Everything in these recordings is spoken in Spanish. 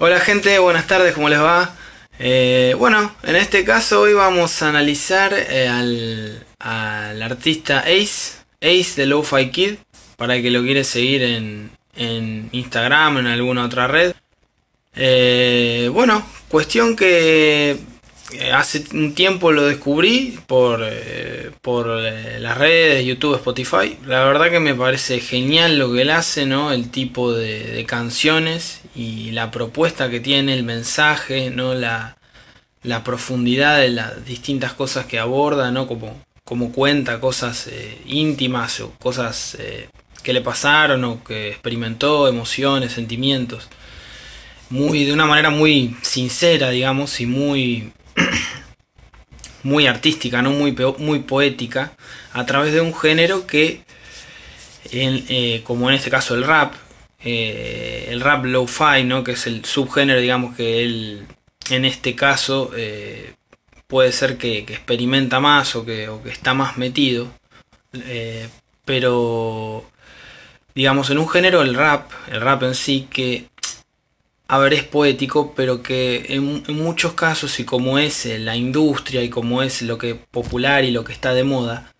Hola gente, buenas tardes, ¿cómo les va? Bueno, en este caso hoy vamos a analizar al artista Ace de Lo-Fi Kid, para el que lo quiere seguir en Instagram o en alguna otra red. Bueno, cuestión que hace un tiempo lo descubrí por las redes, YouTube, Spotify. La verdad que me parece genial lo que él hace, ¿no? El tipo de canciones y la propuesta que tiene, el mensaje, ¿no? La profundidad de las distintas cosas que aborda, ¿no? Como cuenta cosas íntimas o cosas que le pasaron o que experimentó, emociones, sentimientos de una manera muy sincera, digamos, y muy artística, ¿no? Muy poética, a través de un género que, como en este caso el rap lo-fi, ¿no? Que es el subgénero, digamos, que él, en este caso, puede ser que experimenta más o que está más metido, eh, pero, digamos, en un género, el rap en sí, que a ver, es poético, pero que en muchos casos, y como es la industria y como es lo que es popular y lo que está de moda,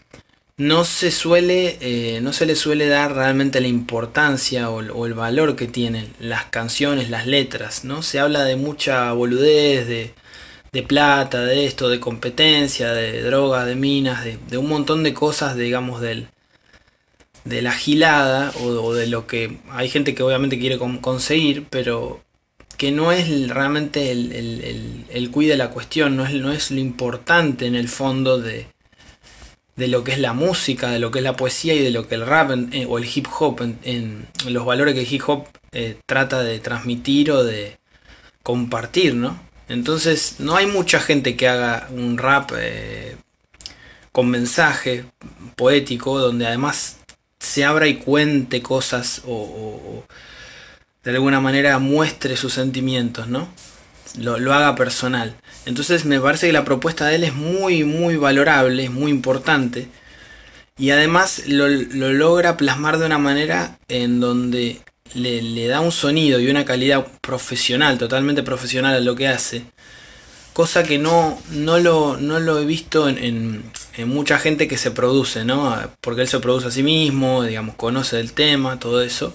no se le suele dar realmente la importancia o el valor que tienen las canciones, las letras, ¿no? Se habla de mucha boludez, de plata, de esto, de competencia, de droga, de minas, de un montón de cosas, digamos, de la gilada o de lo que hay gente que obviamente quiere conseguir, pero que no es realmente el cuide de la cuestión, no es lo importante en el fondo de lo que es la música, de lo que es la poesía y de lo que el rap o el hip hop, en los valores que el hip hop trata de transmitir o de compartir, ¿no? Entonces no hay mucha gente que haga un rap con mensaje poético, donde además se abra y cuente cosas o de alguna manera muestre sus sentimientos, ¿no? Lo haga personal. Entonces me parece que la propuesta de él es muy valorable, es muy importante. Y además lo logra plasmar de una manera en donde le da un sonido y una calidad profesional, totalmente profesional a lo que hace. Cosa que no lo he visto en mucha gente que se produce, ¿no? Porque él se produce a sí mismo, digamos, conoce el tema, todo eso.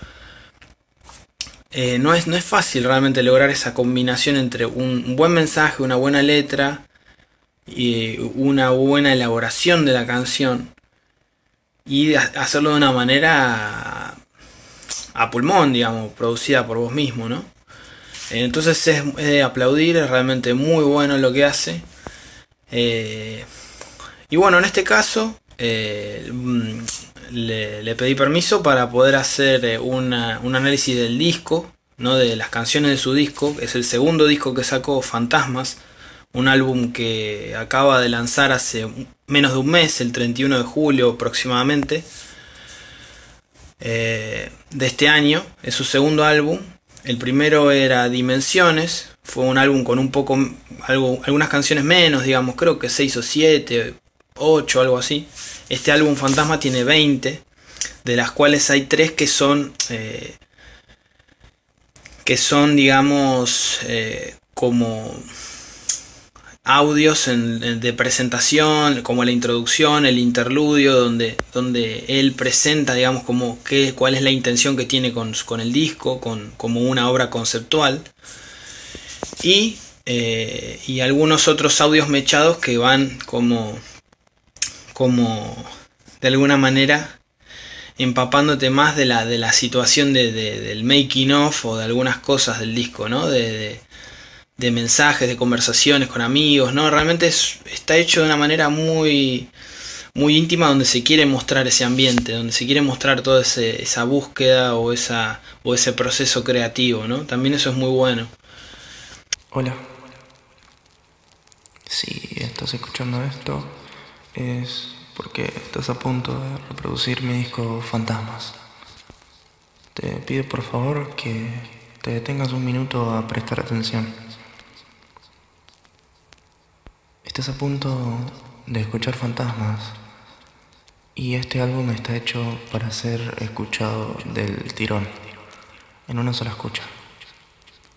No es fácil realmente lograr esa combinación entre un buen mensaje, una buena letra y una buena elaboración de la canción y hacerlo de una manera a pulmón, digamos, producida por vos mismo, ¿no? Entonces es de aplaudir, es realmente muy bueno lo que hace. Eh, y bueno, en este caso le pedí permiso para poder hacer un análisis del disco, ¿no? De las canciones de su disco. Es el segundo disco que sacó, Fantasmas, un álbum que acaba de lanzar hace menos de un mes, el 31 de julio aproximadamente, de este año. Es su segundo álbum. El primero era Dimensiones, fue un álbum con algunas canciones menos, digamos, creo que 6 o 7, 8, algo así. Este álbum Fantasma tiene 20, de las cuales hay 3 digamos, como audios de presentación, como la introducción, el interludio, donde él presenta, digamos, cuál es la intención que tiene con el disco, como una obra conceptual. Y algunos otros audios mechados que van como de alguna manera empapándote más de la situación del making of o de algunas cosas del disco, ¿no? De mensajes, de conversaciones con amigos, ¿no? Realmente está hecho de una manera muy íntima, donde se quiere mostrar ese ambiente, donde se quiere mostrar toda esa búsqueda o ese proceso creativo, ¿no? También eso es muy bueno. Hola, si estás escuchando esto es porque estás a punto de reproducir mi disco Fantasmas. Te pido por favor que te detengas un minuto a prestar atención. Estás a punto de escuchar Fantasmas y este álbum está hecho para ser escuchado del tirón, en una sola escucha.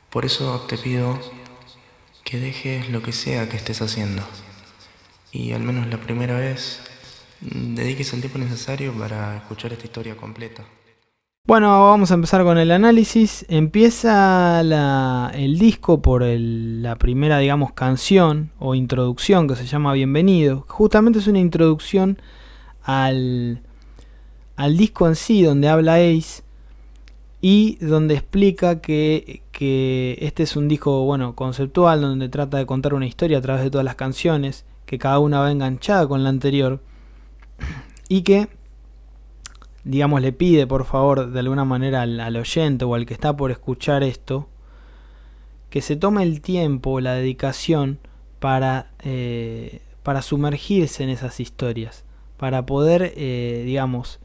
Por eso te pido que dejes lo que sea que estés haciendo y al menos la primera vez dediques el tiempo necesario para escuchar esta historia completa. Bueno, vamos a empezar con el análisis. Empieza el disco por la primera, digamos, canción o introducción que se llama Bienvenido. Justamente es una introducción al disco en sí, donde habla Ace y donde explica que este es un disco, bueno, conceptual, donde trata de contar una historia a través de todas las canciones, que cada una va enganchada con la anterior y que, digamos, le pide por favor de alguna manera al oyente o al que está por escuchar esto que se tome el tiempo, la dedicación para sumergirse en esas historias, para poder, digamos,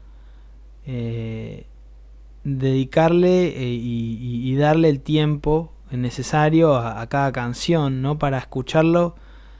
dedicarle y darle el tiempo necesario a cada canción, ¿no? Para escucarlo,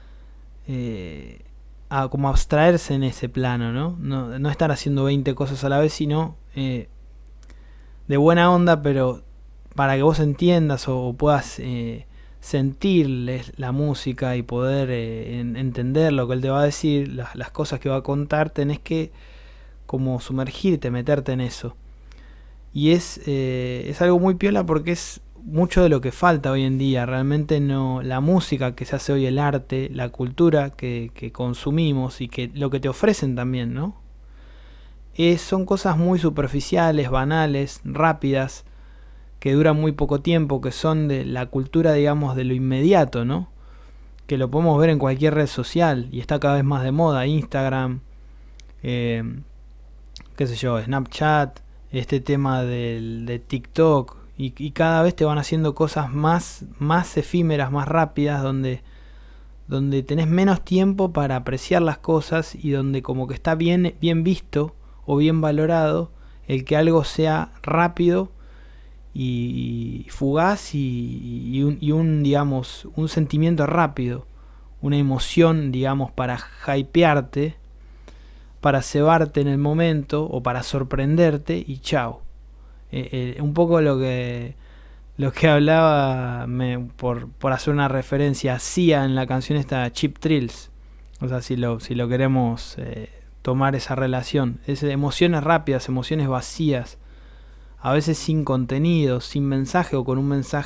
a como abstraerse en ese plano, ¿no? No estar haciendo 20 cosas a la vez, sino de buena onda, pero para que vos entiendas o puedas sentir la música y poder entender lo que él te va a decir, las cosas que va a contar, tenés que como sumergirte, meterte en eso. Y es algo muy piola porque es mucho de lo que falta hoy en día. Realmente no, la música que se hace hoy, el arte, la cultura que consumimos y que lo que te ofrecen también, ¿no? Son cosas muy superficiales, banales, rápidas, que duran muy poco tiempo, que son de la cultura, digamos, de lo inmediato, ¿no? Que lo podemos ver en cualquier red social y está cada vez más de moda, Instagram, qué sé yo, Snapchat, este tema de TikTok, y cada vez te van haciendo cosas más efímeras, más rápidas, donde tenés menos tiempo para apreciar las cosas y donde como que está bien visto o bien valorado el que algo sea rápido y fugaz y un digamos un sentimiento rápido, una emoción, digamos, para hypearte, para cebarte en el momento o para sorprenderte y chao. Un poco lo que hablaba por hacer una referencia hacía en la canción esta Cheap Thrills. O sea, si lo queremos tomar esa relación, es emociones rápidas, emociones vacías, a veces sin contenido, sin mensaje o con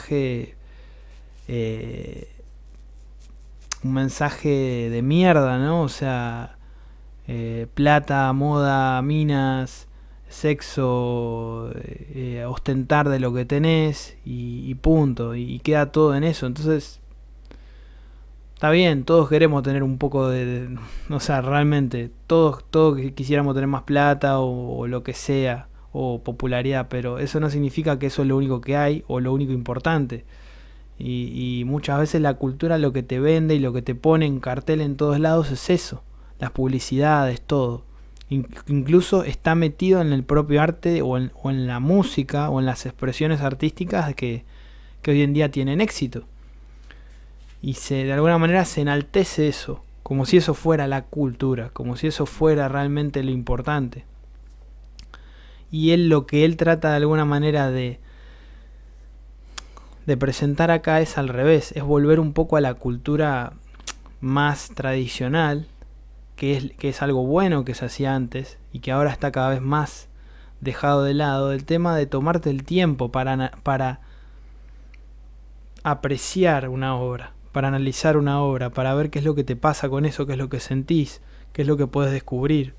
eh, un mensaje de mierda, ¿no? O sea, plata, moda, minas, sexo, ostentar de lo que tenés y punto, y queda todo en eso. Entonces, está bien, todos queremos tener un poco o sea, realmente, todos quisiéramos tener más plata o lo que sea, o popularidad, pero eso no significa que eso es lo único que hay o lo único importante. Y muchas veces la cultura lo que te vende y lo que te pone en cartel en todos lados es eso, las publicidades, todo. Incluso está metido en el propio arte o en la música o en las expresiones artísticas que hoy en día tienen éxito. Y de alguna manera se enaltece eso, como si eso fuera la cultura, como si eso fuera realmente lo importante. Y lo que él trata de alguna manera de presentar acá es al revés, es volver un poco a la cultura más tradicional, que es algo bueno que se hacía antes y que ahora está cada vez más dejado de lado, el tema de tomarte el tiempo para apreciar una obra, para analizar una obra, para ver qué es lo que te pasa con eso, qué es lo que sentís, qué es lo que puedes descubrir.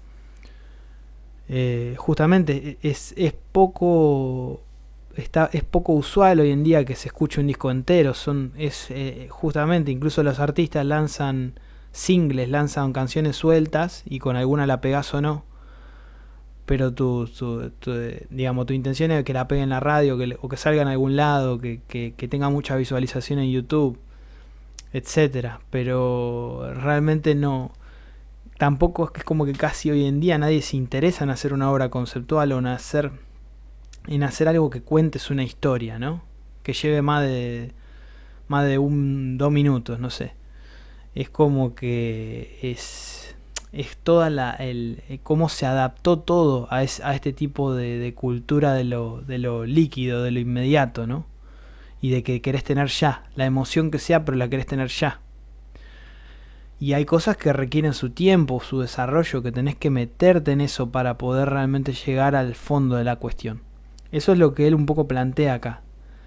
Justamente es poco usual hoy en día que se escuche un disco entero. Justamente, incluso los artistas lanzan singles, lanzan canciones sueltas y con alguna la pegás o no, pero digamos, tu intención es que la pegue en la radio o que salga en algún lado, que tenga mucha visualización en YouTube, etcétera. Pero realmente no. Tampoco es como que casi hoy en día nadie se interesa en hacer una obra conceptual o en hacer algo que cuentes una historia, ¿no? Que lleve más de 2 minutos, no sé. Es como que es toda cómo se adaptó todo a este tipo de cultura de lo líquido, de lo inmediato, ¿no? y de que querés tener ya, la emoción que sea, pero la querés tener ya. Y hay cosas que requieren su tiempo, su desarrollo, que tenés que meterte en eso para poder realmente llegar al fondo de la cuestión. Eso es lo que él un poco plantea acá.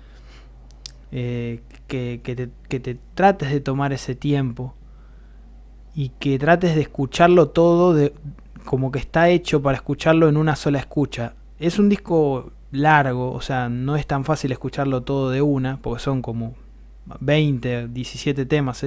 Que te trates de tomar ese tiempo y que trates de escucharlo todo como que está hecho para escucharlo en una sola escucha. Es un disco largo, o sea, no es tan fácil escucharlo todo de una, porque son como 20, 17 temas,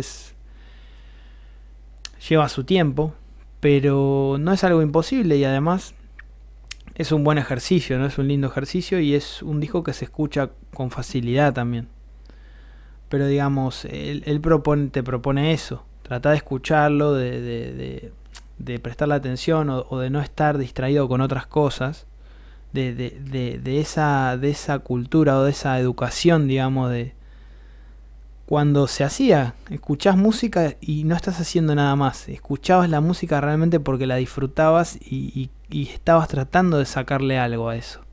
lleva su tiempo, pero no es algo imposible y además es un buen ejercicio, ¿no? Es un lindo ejercicio y es un disco que se escucha con facilidad también. Pero digamos, él te propone eso, trata de escucharlo, de prestarle atención o de no estar distraído con otras cosas, de esa cultura o de esa educación, digamos, de cuando se hacía, escuchás música y no estás haciendo nada más, escuchabas la música realmente porque la disfrutabas y estabas tratando de sacarle algo a eso.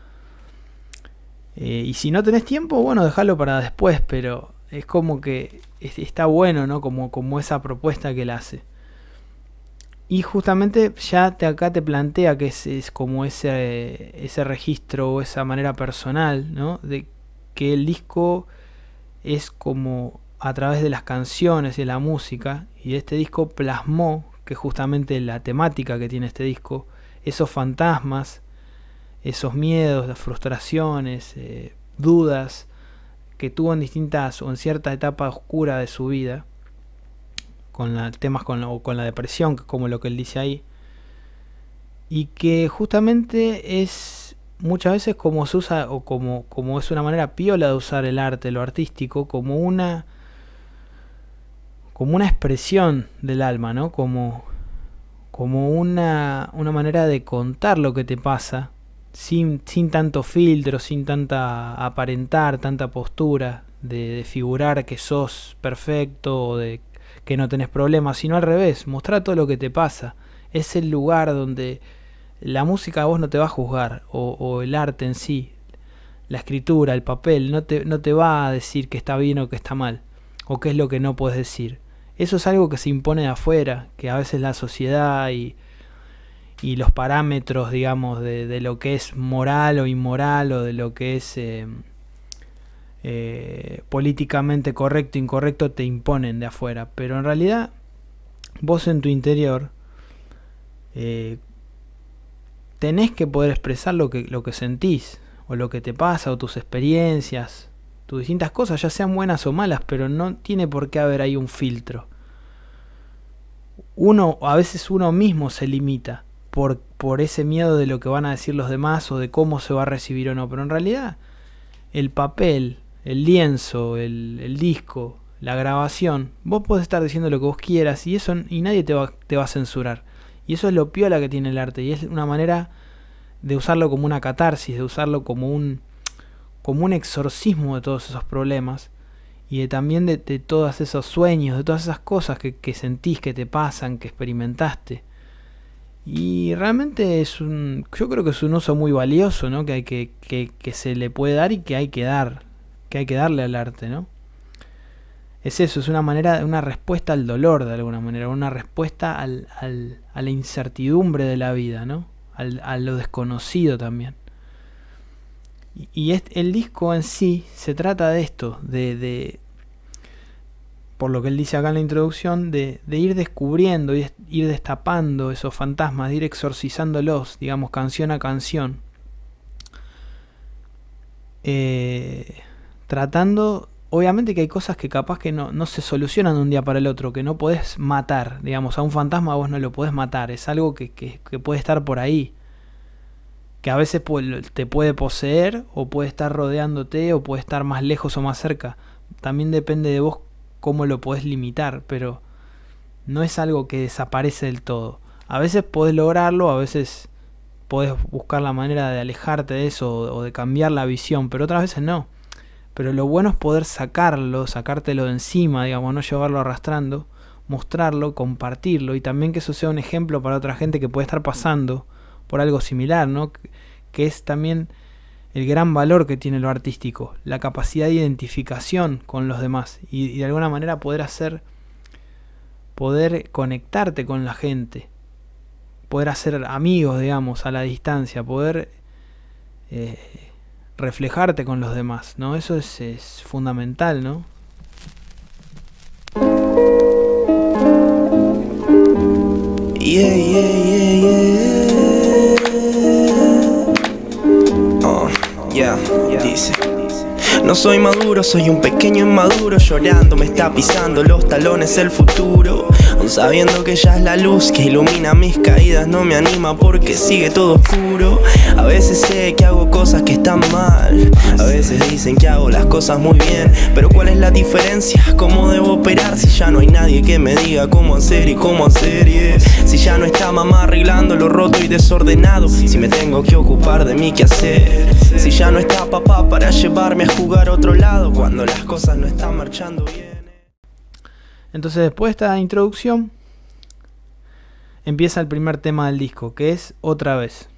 Y si no tenés tiempo, bueno, déjalo para después, pero es como que está bueno, ¿no? Como esa propuesta que él hace. Y justamente ya acá te plantea que es como ese registro o esa manera personal, ¿no? De que el disco es como a través de las canciones y de la música, y este disco plasmó, que justamente la temática que tiene este disco, esos fantasmas, esos miedos, las frustraciones, dudas que tuvo en distintas o en cierta etapa oscura de su vida, con temas con la depresión, que es como lo que él dice ahí, y que justamente es muchas veces como se usa o como es una manera piola de usar el arte, lo artístico, como una expresión del alma, ¿no? Como una manera de contar lo que te pasa sin tanto filtro, sin tanta aparentar, tanta postura de figurar que sos perfecto o de que no tenés problemas, sino al revés, mostrar todo lo que te pasa. Es el lugar donde la música a vos no te va a juzgar, o el arte en sí, la escritura, el papel, no te va a decir que está bien o que está mal, o qué es lo que no puedes decir. Eso es algo que se impone de afuera, que a veces la sociedad y los parámetros, digamos, de lo que es moral o inmoral, o de lo que es políticamente correcto o incorrecto, te imponen de afuera. Pero en realidad, vos en tu interior tenés que poder expresar lo que sentís, o lo que te pasa, o tus experiencias, tus distintas cosas, ya sean buenas o malas, pero no tiene por qué haber ahí un filtro. A veces uno mismo se limita por ese miedo de lo que van a decir los demás o de cómo se va a recibir o no, pero en realidad el papel, el lienzo, el disco, la grabación, vos podés estar diciendo lo que vos quieras y nadie te va a censurar. Y eso es lo piola que tiene el arte, y es una manera de usarlo como una catarsis, de usarlo como un exorcismo de todos esos problemas y también de todos esos sueños, de todas esas cosas que sentís, que te pasan, que experimentaste. Y realmente yo creo que es un uso muy valioso, ¿no? Que se le puede dar y que hay que darle al arte, ¿no? Es eso, es una respuesta al dolor de alguna manera, una respuesta a la incertidumbre de la vida, ¿no? A lo desconocido también. Y el disco en sí se trata de esto, por lo que él dice acá en la introducción, de ir descubriendo, ir destapando esos fantasmas, de ir exorcizándolos, digamos, canción a canción. Tratando, obviamente que hay cosas que capaz que no se solucionan de un día para el otro, que no podés matar, digamos, a un fantasma vos no lo podés matar, es algo que puede estar por ahí, que a veces te puede poseer, o puede estar rodeándote, o puede estar más lejos o más cerca. También depende de vos cómo lo podés limitar, pero no es algo que desaparece del todo. A veces podés lograrlo, a veces podés buscar la manera de alejarte de eso o de cambiar la visión, pero otras veces no. Pero lo bueno es poder sacártelo de encima, digamos, no llevarlo arrastrando, mostrarlo, compartirlo, y también que eso sea un ejemplo para otra gente que puede estar pasando por algo similar, ¿no? Que es también el gran valor que tiene lo artístico, la capacidad de identificación con los demás y de alguna manera poder conectarte con la gente, poder hacer amigos, digamos, a la distancia, poder reflejarte con los demás, ¿no? Eso es fundamental, ¿no? Yeah, yeah, yeah, yeah. Dice: no soy maduro, soy un pequeño inmaduro. Llorando me está pisando los talones el futuro. Aun sabiendo que ya es la luz que ilumina mis caídas, no me anima porque sigue todo oscuro. A veces sé que hago cosas que están mal, a veces dicen que hago las cosas muy bien. Pero ¿cuál es la diferencia? ¿Cómo debo operar si ya no hay nadie que me diga cómo hacer y cómo hacer? Yeah. Si ya no está mamá arreglando lo roto y desordenado, si me tengo que ocupar de mí qué hacer, si ya no está papá para llevarme a jugar a otro lado cuando las cosas no están marchando bien. Entonces, después de esta introducción, empieza el primer tema del disco, que es Otra vez.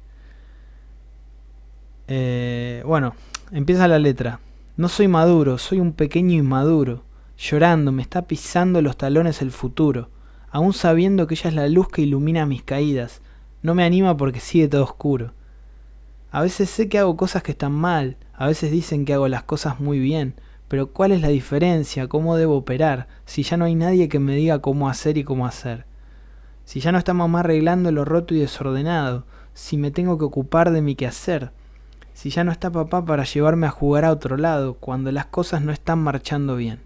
Bueno, empieza la letra. No soy maduro, soy un pequeño inmaduro. Llorando, me está pisando los talones el futuro. Aún sabiendo que ella es la luz que ilumina mis caídas, no me anima porque sigue todo oscuro. A veces sé que hago cosas que están mal, a veces dicen que hago las cosas muy bien, pero ¿cuál es la diferencia? ¿Cómo debo operar? Si ya no hay nadie que me diga cómo hacer y cómo hacer. Si ya no está mamá arreglando lo roto y desordenado, si me tengo que ocupar de mi quehacer. Si ya no está papá para llevarme a jugar a otro lado, cuando las cosas no están marchando bien.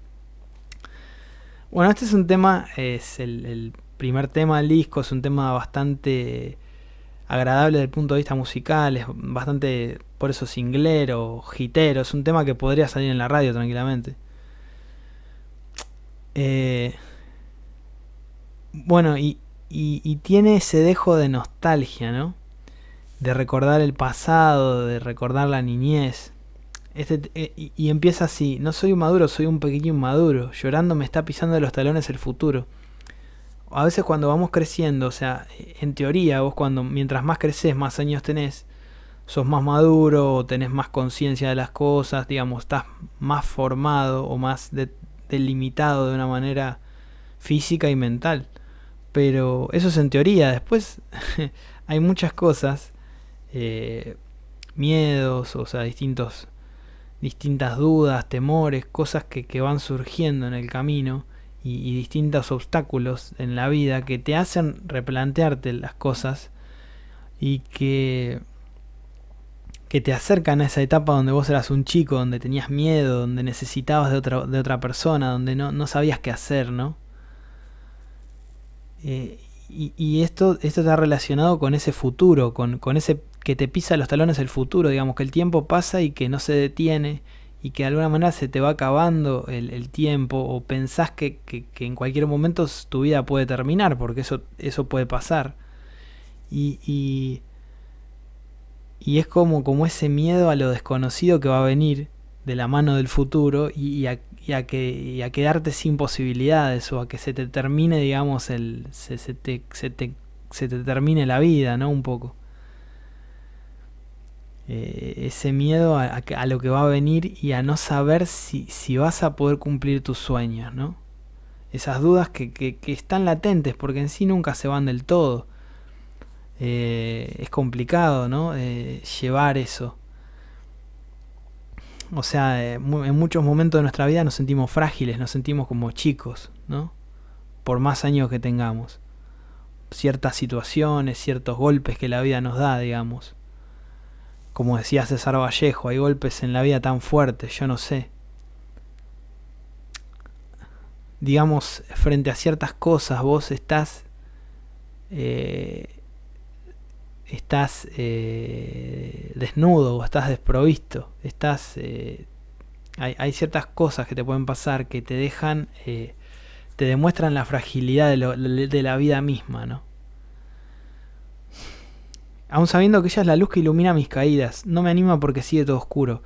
Bueno, este es un tema, es el primer tema del disco, es un tema bastante agradable desde el punto de vista musical, es bastante, por eso, singlero, hitero, es un tema que podría salir en la radio tranquilamente. Bueno, y tiene ese dejo de nostalgia, ¿no? De recordar el pasado, de recordar la niñez. Y empieza así: no soy un maduro, soy un pequeño inmaduro. Llorando me está pisando de los talones el futuro. A veces cuando vamos creciendo, o sea, en teoría vos mientras más creces, más años tenés, sos más maduro, tenés más conciencia de las cosas, digamos, estás más formado o más delimitado de una manera física y mental. Pero eso es en teoría. Después hay muchas cosas, miedos, o sea, distintas dudas, temores, cosas que van surgiendo en el camino y distintos obstáculos en la vida que te hacen replantearte las cosas y que te acercan a esa etapa donde vos eras un chico, donde tenías miedo, donde necesitabas de otra persona, donde no sabías qué hacer, ¿no? Y esto está relacionado con ese futuro, con ese que te pisa los talones el futuro, digamos, que el tiempo pasa y que no se detiene y que de alguna manera se te va acabando el tiempo, o pensás que en cualquier momento tu vida puede terminar, porque eso puede pasar. Y es como ese miedo a lo desconocido que va a venir de la mano del futuro y a quedarte sin posibilidades, o a que se te termine, digamos, se te termine la vida, ¿no? Un poco. Ese miedo a lo que va a venir y a no saber si vas a poder cumplir tus sueños, ¿no? Esas dudas que están latentes, porque en sí nunca se van del todo. Es complicado, ¿no? Llevar eso. O sea, en muchos momentos de nuestra vida nos sentimos frágiles, nos sentimos como chicos, ¿no? Por más años que tengamos. Ciertas situaciones, ciertos golpes que la vida nos da, digamos. Como decía César Vallejo, hay golpes en la vida tan fuertes, yo no sé. Digamos, frente a ciertas cosas vos estás desnudo o estás desprovisto. Hay ciertas cosas que te pueden pasar que te dejan, te demuestran la fragilidad de la vida misma, ¿no? Aún sabiendo que ella es la luz que ilumina mis caídas, no me anima porque sigue todo oscuro.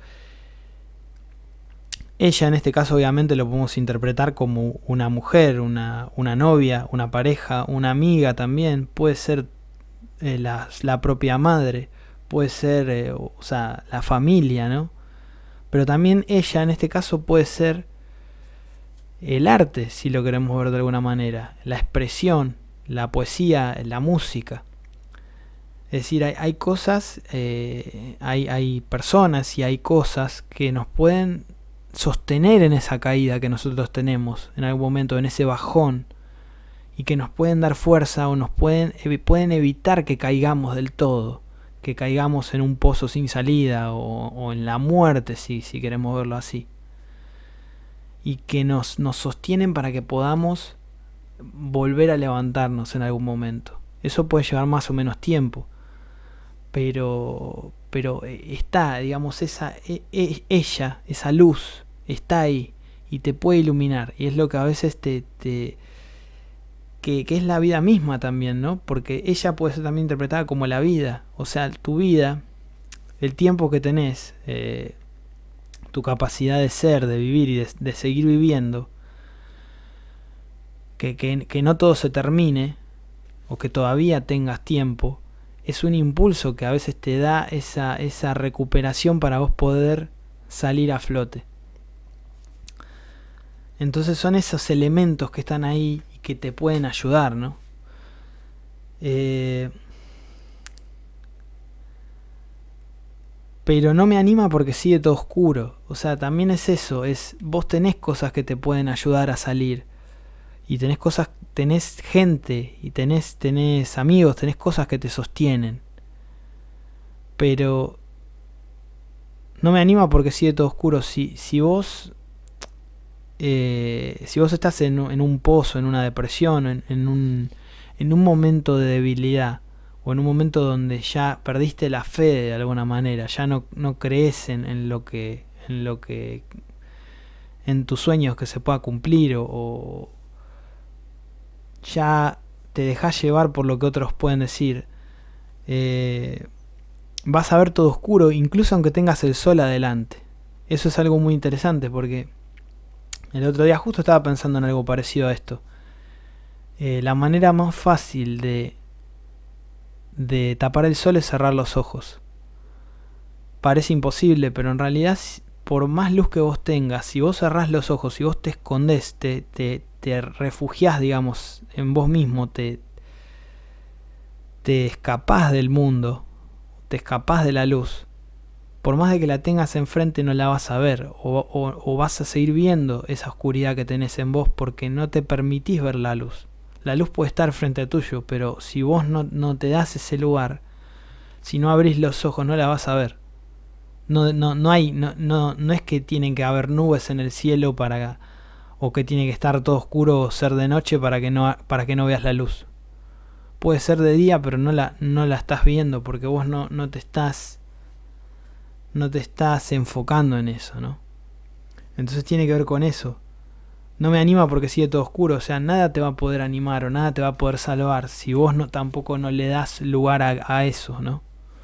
Ella, en este caso, obviamente lo podemos interpretar como una mujer, una novia, una pareja, una amiga también. Puede ser la propia madre, puede ser, o sea, la familia, ¿no? Pero también ella, en este caso, puede ser el arte, si lo queremos ver de alguna manera, la expresión, la poesía, la música. Es decir, hay cosas, hay personas y hay cosas que nos pueden sostener en esa caída que nosotros tenemos en algún momento, en ese bajón, y que nos pueden dar fuerza o nos pueden evitar que caigamos del todo, que caigamos en un pozo sin salida o en la muerte, si queremos verlo así. Y que nos sostienen para que podamos volver a levantarnos en algún momento. Eso puede llevar más o menos tiempo, pero está, digamos, ella, esa luz, está ahí y te puede iluminar. Y es lo que a veces que es la vida misma también, ¿no? Porque ella puede ser también interpretada como la vida. O sea, tu vida, el tiempo que tenés, tu capacidad de ser, de vivir y de seguir viviendo, que no todo se termine, o que todavía tengas tiempo, es un impulso que a veces te da esa recuperación para vos poder salir a flote. Entonces son esos elementos que están ahí y que te pueden ayudar, ¿no? Pero no me anima porque sigue todo oscuro. O sea, también es eso, vos tenés cosas que te pueden ayudar a salir. Y tenés gente, y tenés amigos, tenés cosas que te sostienen. Pero no me anima porque sigue todo oscuro. Si vos estás en un pozo, en una depresión, en un momento de debilidad, o en un momento donde ya perdiste la fe de alguna manera, ya no crees en lo que en tus sueños que se pueda cumplir, o ya te dejas llevar por lo que otros pueden decir, vas a ver todo oscuro, incluso aunque tengas el sol adelante. Eso es algo muy interesante, porque el otro día justo estaba pensando en algo parecido a esto. La manera más fácil de tapar el sol es cerrar los ojos. Parece imposible, pero en realidad, por más luz que vos tengas, si vos cerrás los ojos, si vos te escondés, te refugiás, digamos, en vos mismo, te escapás del mundo, te escapás de la luz, por más de que la tengas enfrente no la vas a ver, o vas a seguir viendo esa oscuridad que tenés en vos porque no te permitís ver la luz. La luz puede estar frente a tuyo, pero si vos no te das ese lugar, si no abrís los ojos no la vas a ver. No es que tienen que haber nubes en el cielo o que tiene que estar todo oscuro o ser de noche para que no veas la luz. Puede ser de día, pero no la estás viendo porque vos no te estás enfocando en eso, ¿no? Entonces tiene que ver con eso. No me anima porque sigue todo oscuro, o sea, nada te va a poder animar o nada te va a poder salvar si vos tampoco no le das lugar a eso, ¿no?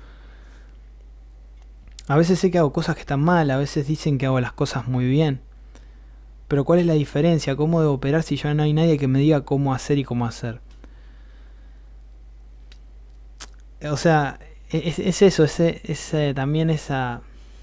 A veces sé que hago cosas que están mal, a veces dicen que hago las cosas muy bien. Pero ¿cuál es la diferencia? ¿Cómo debo operar si ya no hay nadie que me diga cómo hacer y cómo hacer? O sea, es eso, también esa...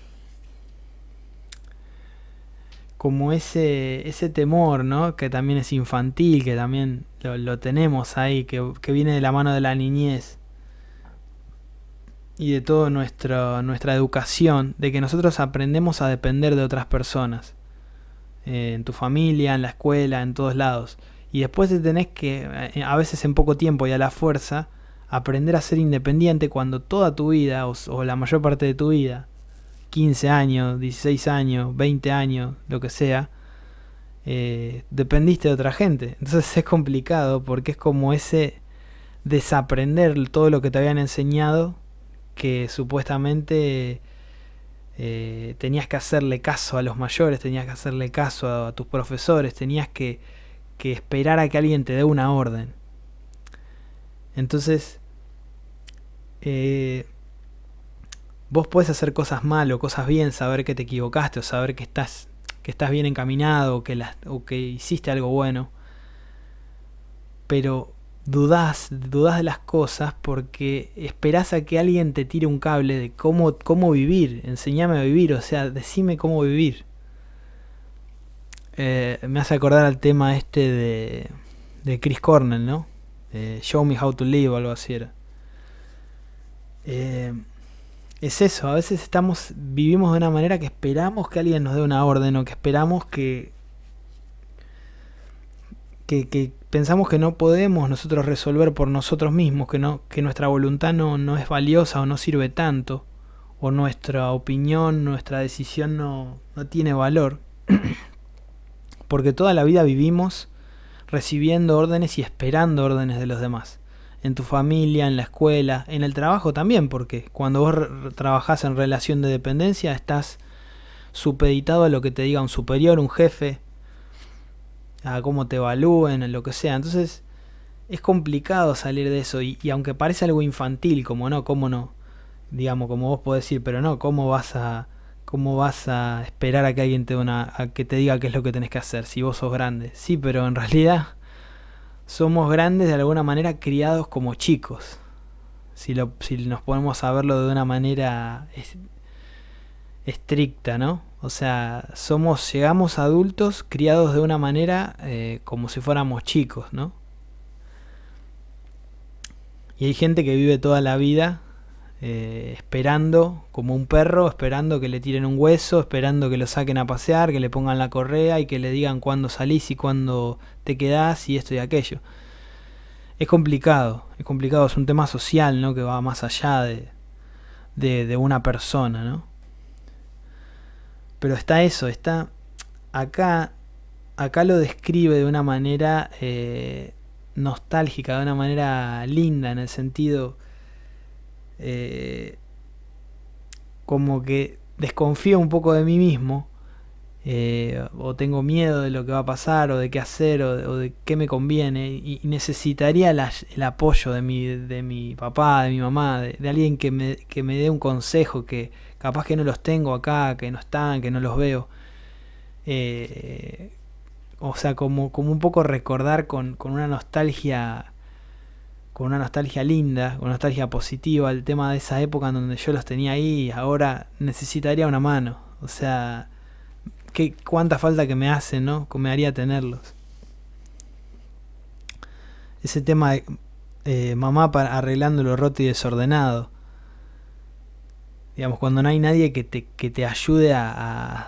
como ese temor, ¿no? Que también es infantil, que también lo tenemos ahí, que viene de la mano de la niñez y de toda nuestra educación, de que nosotros aprendemos a depender de otras personas, en tu familia, en la escuela, en todos lados, y después te tenés que, a veces en poco tiempo y a la fuerza, aprender a ser independiente cuando toda tu vida, o la mayor parte de tu vida, 15 años, 16 años, 20 años, lo que sea, dependiste de otra gente. Entonces es complicado porque es como ese desaprender todo lo que te habían enseñado, que supuestamente tenías que hacerle caso a los mayores, tenías que hacerle caso a tus profesores, tenías que esperar a que alguien te dé una orden. Entonces vos podés hacer cosas mal o cosas bien, saber que te equivocaste o saber que estás bien encaminado o que hiciste algo bueno, pero dudás de las cosas porque esperás a que alguien te tire un cable de cómo vivir, enseñame a vivir, o sea, decime cómo vivir. Me hace acordar al tema este de Chris Cornell, ¿no? Show me how to live o algo así era. Es eso, a veces vivimos de una manera que esperamos que alguien nos dé una orden o que esperamos que pensamos que no podemos nosotros resolver por nosotros mismos, que nuestra voluntad no es valiosa o no sirve tanto, o nuestra opinión, nuestra decisión no tiene valor, porque toda la vida vivimos recibiendo órdenes y esperando órdenes de los demás. En tu familia, en la escuela, en el trabajo también, porque cuando vos trabajás en relación de dependencia estás supeditado a lo que te diga un superior, un jefe, a cómo te evalúen, en lo que sea. Entonces es complicado salir de eso y aunque parece algo infantil, como no, cómo no, digamos, como vos podés decir, pero no, cómo vas a esperar a que alguien a que te diga qué es lo que tenés que hacer si vos sos grande. Sí, pero en realidad somos grandes de alguna manera criados como chicos. Si nos ponemos a verlo de una manera estricta, ¿no? O sea, llegamos adultos criados de una manera como si fuéramos chicos, ¿no? Y hay gente que vive toda la vida esperando, como un perro, esperando que le tiren un hueso, esperando que lo saquen a pasear, que le pongan la correa y que le digan cuándo salís y cuándo te quedás y esto y aquello. Es complicado, es un tema social, ¿no? Que va más allá de una persona, ¿no? Pero está acá lo describe de una manera nostálgica, de una manera linda, en el sentido como que desconfío un poco de mí mismo, o tengo miedo de lo que va a pasar, o de qué hacer, o de qué me conviene, y necesitaría el apoyo de mi papá, de mi mamá, de alguien que me dé un consejo, que capaz que no los tengo acá, que no están, que no los veo. O sea, como un poco recordar con una nostalgia linda, con una nostalgia positiva, el tema de esa época en donde yo los tenía ahí y ahora necesitaría una mano. O sea, cuánta falta que me hace, ¿no? Que me haría tenerlos. Ese tema de mamá arreglando lo roto y desordenado. Digamos, cuando no hay nadie que te ayude a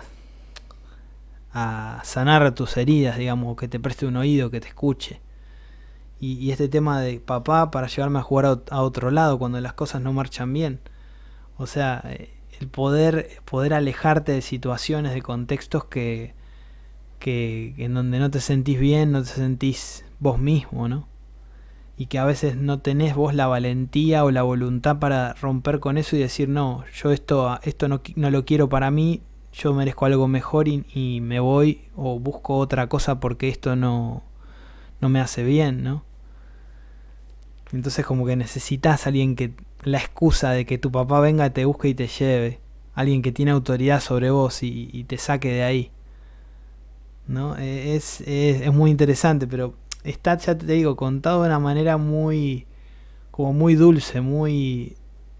sanar tus heridas, digamos, o que te preste un oído, que te escuche. Y este tema de papá para llevarme a jugar a otro lado cuando las cosas no marchan bien. O sea, el poder alejarte de situaciones, de contextos que en donde no te sentís bien, no te sentís vos mismo, ¿no? Y que a veces no tenés vos la valentía o la voluntad para romper con eso y decir, no, yo esto no lo quiero para mí, yo merezco algo mejor y me voy o busco otra cosa porque esto no me hace bien, ¿no? Entonces como que necesitas a alguien la excusa de que tu papá venga, te busque y te lleve, alguien que tiene autoridad sobre vos y te saque de ahí, ¿no? Es muy interesante, pero está, ya te digo, contado de una manera muy dulce, muy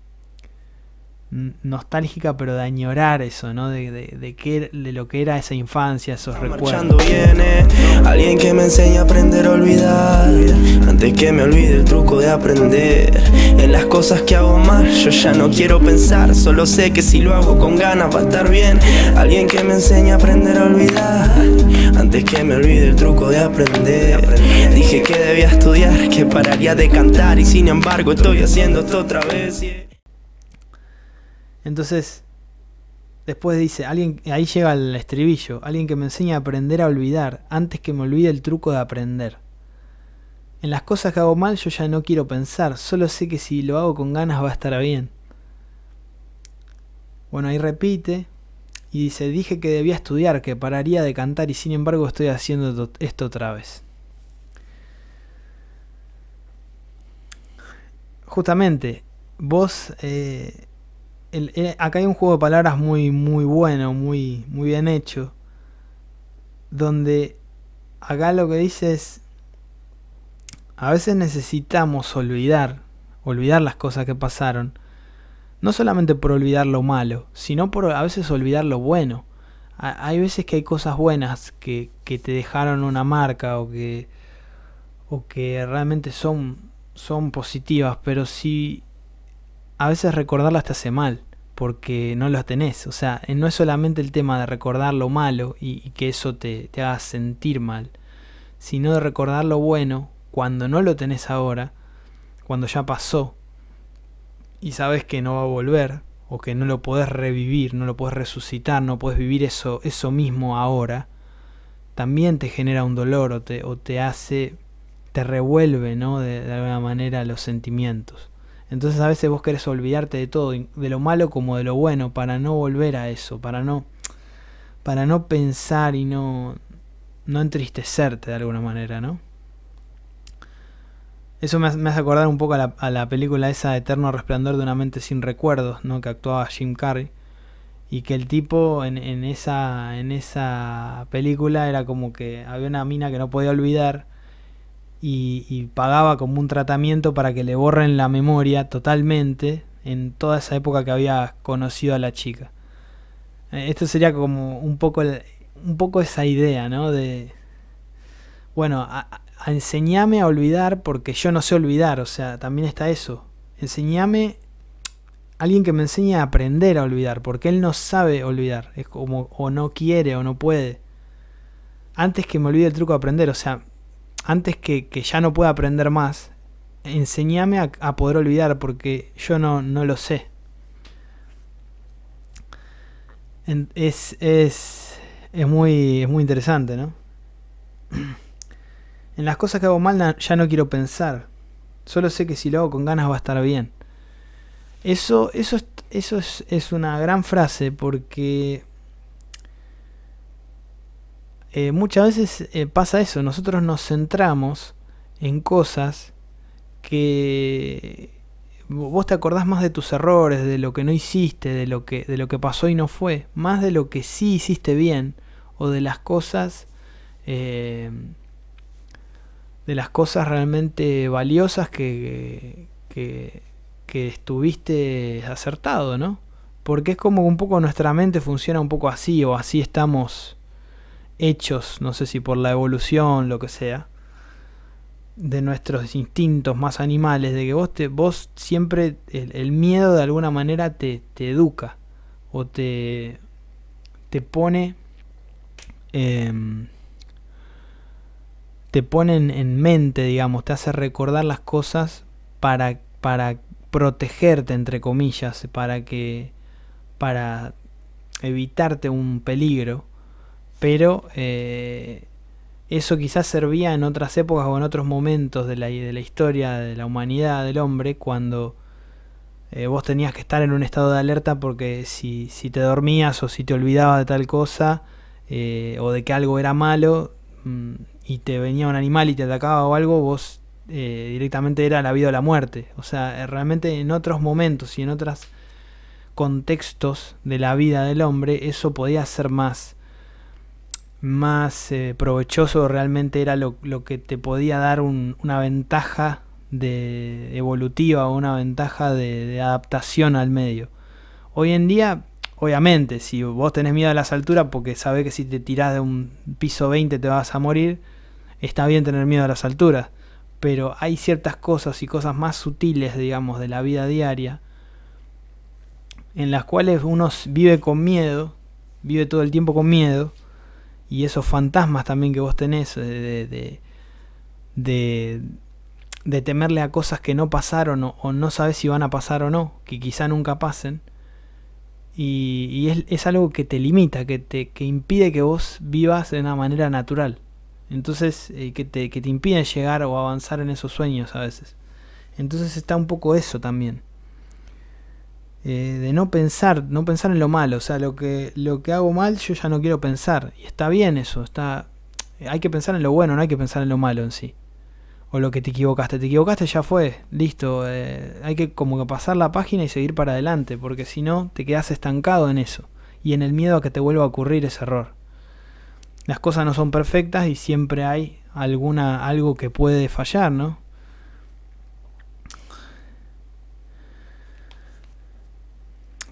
nostálgica, pero de añorar eso, ¿no? De lo que era esa infancia, esos recuerdos. Viene alguien que me enseñe a aprender a olvidar, antes que me olvide el truco de aprender. En las cosas que hago mal, yo ya no quiero pensar, solo sé que si lo hago con ganas va a estar bien. Alguien que me enseñe a aprender a olvidar, antes que me olvide el truco de aprender. Dije que debía estudiar, que pararía de cantar, y sin embargo estoy haciendo esto otra vez. Entonces, después dice, ahí llega el estribillo, alguien que me enseñe a aprender a olvidar, antes que me olvide el truco de aprender. En las cosas que hago mal yo ya no quiero pensar, solo sé que si lo hago con ganas va a estar bien. Bueno, ahí repite y dice, dije que debía estudiar, que pararía de cantar y sin embargo estoy haciendo esto otra vez. Justamente, vos... acá hay un juego de palabras muy bueno, muy bien hecho, donde acá lo que dice es a veces necesitamos olvidar las cosas que pasaron, no solamente por olvidar lo malo, sino por a veces olvidar lo bueno. Hay veces que hay cosas buenas que te dejaron una marca o que realmente son positivas, pero si a veces recordarlas te hace mal, porque no las tenés. O sea, no es solamente el tema de recordar lo malo y que eso te haga sentir mal, sino de recordar lo bueno cuando no lo tenés ahora, cuando ya pasó y sabes que no va a volver, o que no lo podés revivir, no lo podés resucitar, no podés vivir eso mismo ahora. También te genera un dolor o te hace, te revuelve, ¿no? De alguna manera los sentimientos. Entonces a veces vos querés olvidarte de todo, de lo malo como de lo bueno, para no volver a eso, para no pensar y no entristecerte de alguna manera, ¿no? Eso me hace acordar un poco a la película esa Eterno Resplandor de una mente sin recuerdos, ¿no? Que actuaba Jim Carrey. Y que el tipo en esa película era como que había una mina que no podía olvidar y pagaba como un tratamiento para que le borren la memoria totalmente en toda esa época que había conocido a la chica. Esto sería como un poco esa idea, ¿no? De, bueno, a enseñame a olvidar porque yo no sé olvidar, o sea, también está eso. Enseñame, alguien que me enseñe a aprender a olvidar, porque él no sabe olvidar, es como o no quiere o no puede. Antes que me olvide el truco de aprender, o sea, antes que ya no pueda aprender más, enseñame a poder olvidar, porque yo no lo sé. Es muy interesante, ¿no? En las cosas que hago mal ya no quiero pensar. Solo sé que si lo hago con ganas va a estar bien. Eso es una gran frase, porque muchas veces pasa eso. Nosotros nos centramos en cosas que vos te acordás más de tus errores, de lo que no hiciste, de lo que pasó y no fue, más de lo que sí hiciste bien, o de las cosas realmente valiosas que estuviste acertado, ¿no? Porque es como un poco nuestra mente funciona un poco así, o así estamos hechos, no sé si por la evolución, lo que sea, de nuestros instintos más animales, de que vos siempre, el miedo de alguna manera te educa, o te pone en mente, digamos, te hace recordar las cosas para protegerte, entre comillas, para evitarte un peligro. Pero eso quizás servía en otras épocas o en otros momentos de la historia de la humanidad, del hombre, cuando vos tenías que estar en un estado de alerta, porque si te dormías o si te olvidabas de tal cosa, o de que algo era malo, y te venía un animal y te atacaba o algo, vos directamente era la vida o la muerte. O sea, realmente en otros momentos y en otros contextos de la vida del hombre, eso podía ser más provechoso. Realmente era lo que te podía dar una ventaja evolutiva, o una ventaja de adaptación al medio. Hoy en día, obviamente, si vos tenés miedo a las alturas porque sabés que si te tirás de un piso 20 te vas a morir, está bien tener miedo a las alturas, pero hay ciertas cosas y cosas más sutiles, digamos, de la vida diaria, en las cuales uno vive con miedo, vive todo el tiempo con miedo, y esos fantasmas también que vos tenés de temerle a cosas que no pasaron, o no sabés si van a pasar o no, que quizá nunca pasen, y es algo que te limita, que impide que vos vivas de una manera natural. Entonces que te impide llegar o avanzar en esos sueños a veces. Entonces está un poco eso también, de no pensar en lo malo. O sea, lo que hago mal yo ya no quiero pensar, y está bien eso. Hay que pensar en lo bueno, no hay que pensar en lo malo en sí, o lo que te equivocaste, ya fue, listo. Hay que como que pasar la página y seguir para adelante, porque si no te quedas estancado en eso y en el miedo a que te vuelva a ocurrir ese error. Las cosas no son perfectas y siempre hay algo que puede fallar, ¿no?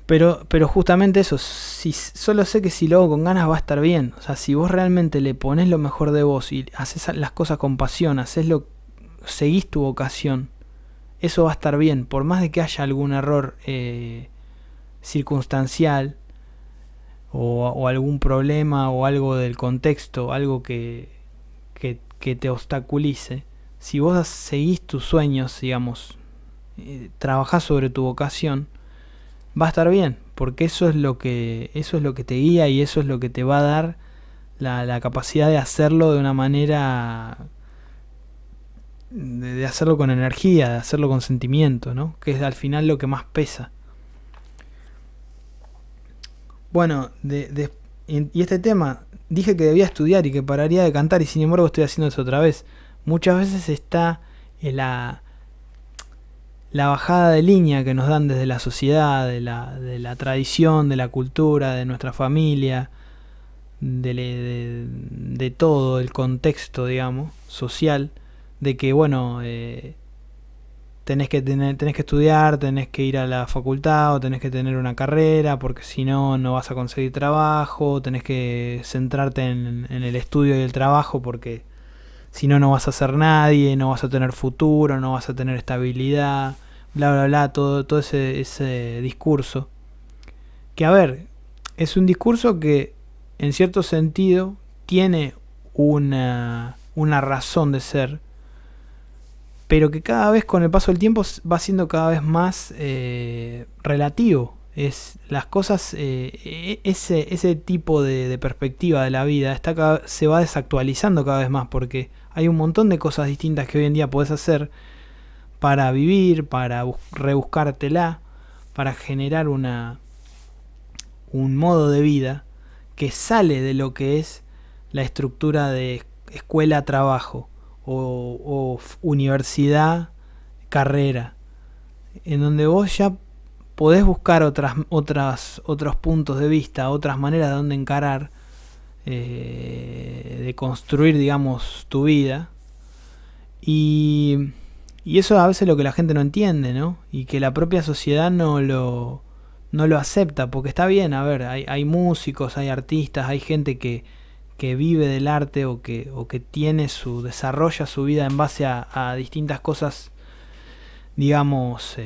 Pero justamente eso, si solo sé que si lo hago con ganas va a estar bien. O sea, si vos realmente le pones lo mejor de vos y haces las cosas con pasión, seguís tu vocación, eso va a estar bien. Por más de que haya algún error circunstancial o algún problema o algo del contexto, algo que te obstaculice, si vos seguís tus sueños, digamos, trabajás sobre tu vocación, va a estar bien, porque eso es lo que te guía y eso es lo que te va a dar la capacidad de hacerlo de una manera, de hacerlo con energía, de hacerlo con sentimiento, ¿no? Que es al final lo que más pesa. Bueno, y este tema, dije que debía estudiar y que pararía de cantar, y sin embargo estoy haciendo eso otra vez. Muchas veces está en la bajada de línea que nos dan desde la sociedad, de la tradición, de la cultura, de nuestra familia, de todo el contexto, digamos, social, de que, bueno, tenés que estudiar, tenés que ir a la facultad o tenés que tener una carrera, porque si no, no vas a conseguir trabajo, tenés que centrarte en el estudio y el trabajo, porque si no, no vas a ser nadie, no vas a tener futuro, no vas a tener estabilidad, bla, bla, bla, todo ese discurso. Que, a ver, es un discurso que, en cierto sentido, tiene una razón de ser, pero que cada vez con el paso del tiempo va siendo cada vez más relativo. Las cosas, ese tipo de perspectiva de la vida se va desactualizando cada vez más, porque hay un montón de cosas distintas que hoy en día podés hacer para vivir, para rebuscártela, para generar un modo de vida que sale de lo que es la estructura de escuela-trabajo o universidad-carrera, en donde vos ya podés buscar otros puntos de vista, otras maneras de donde encarar, de construir, digamos, tu vida. Y eso a veces es lo que la gente no entiende, ¿no? Y que la propia sociedad no lo acepta, porque está bien, a ver, hay músicos, hay artistas, hay gente que vive del arte o que desarrolla su vida en base a distintas cosas, digamos,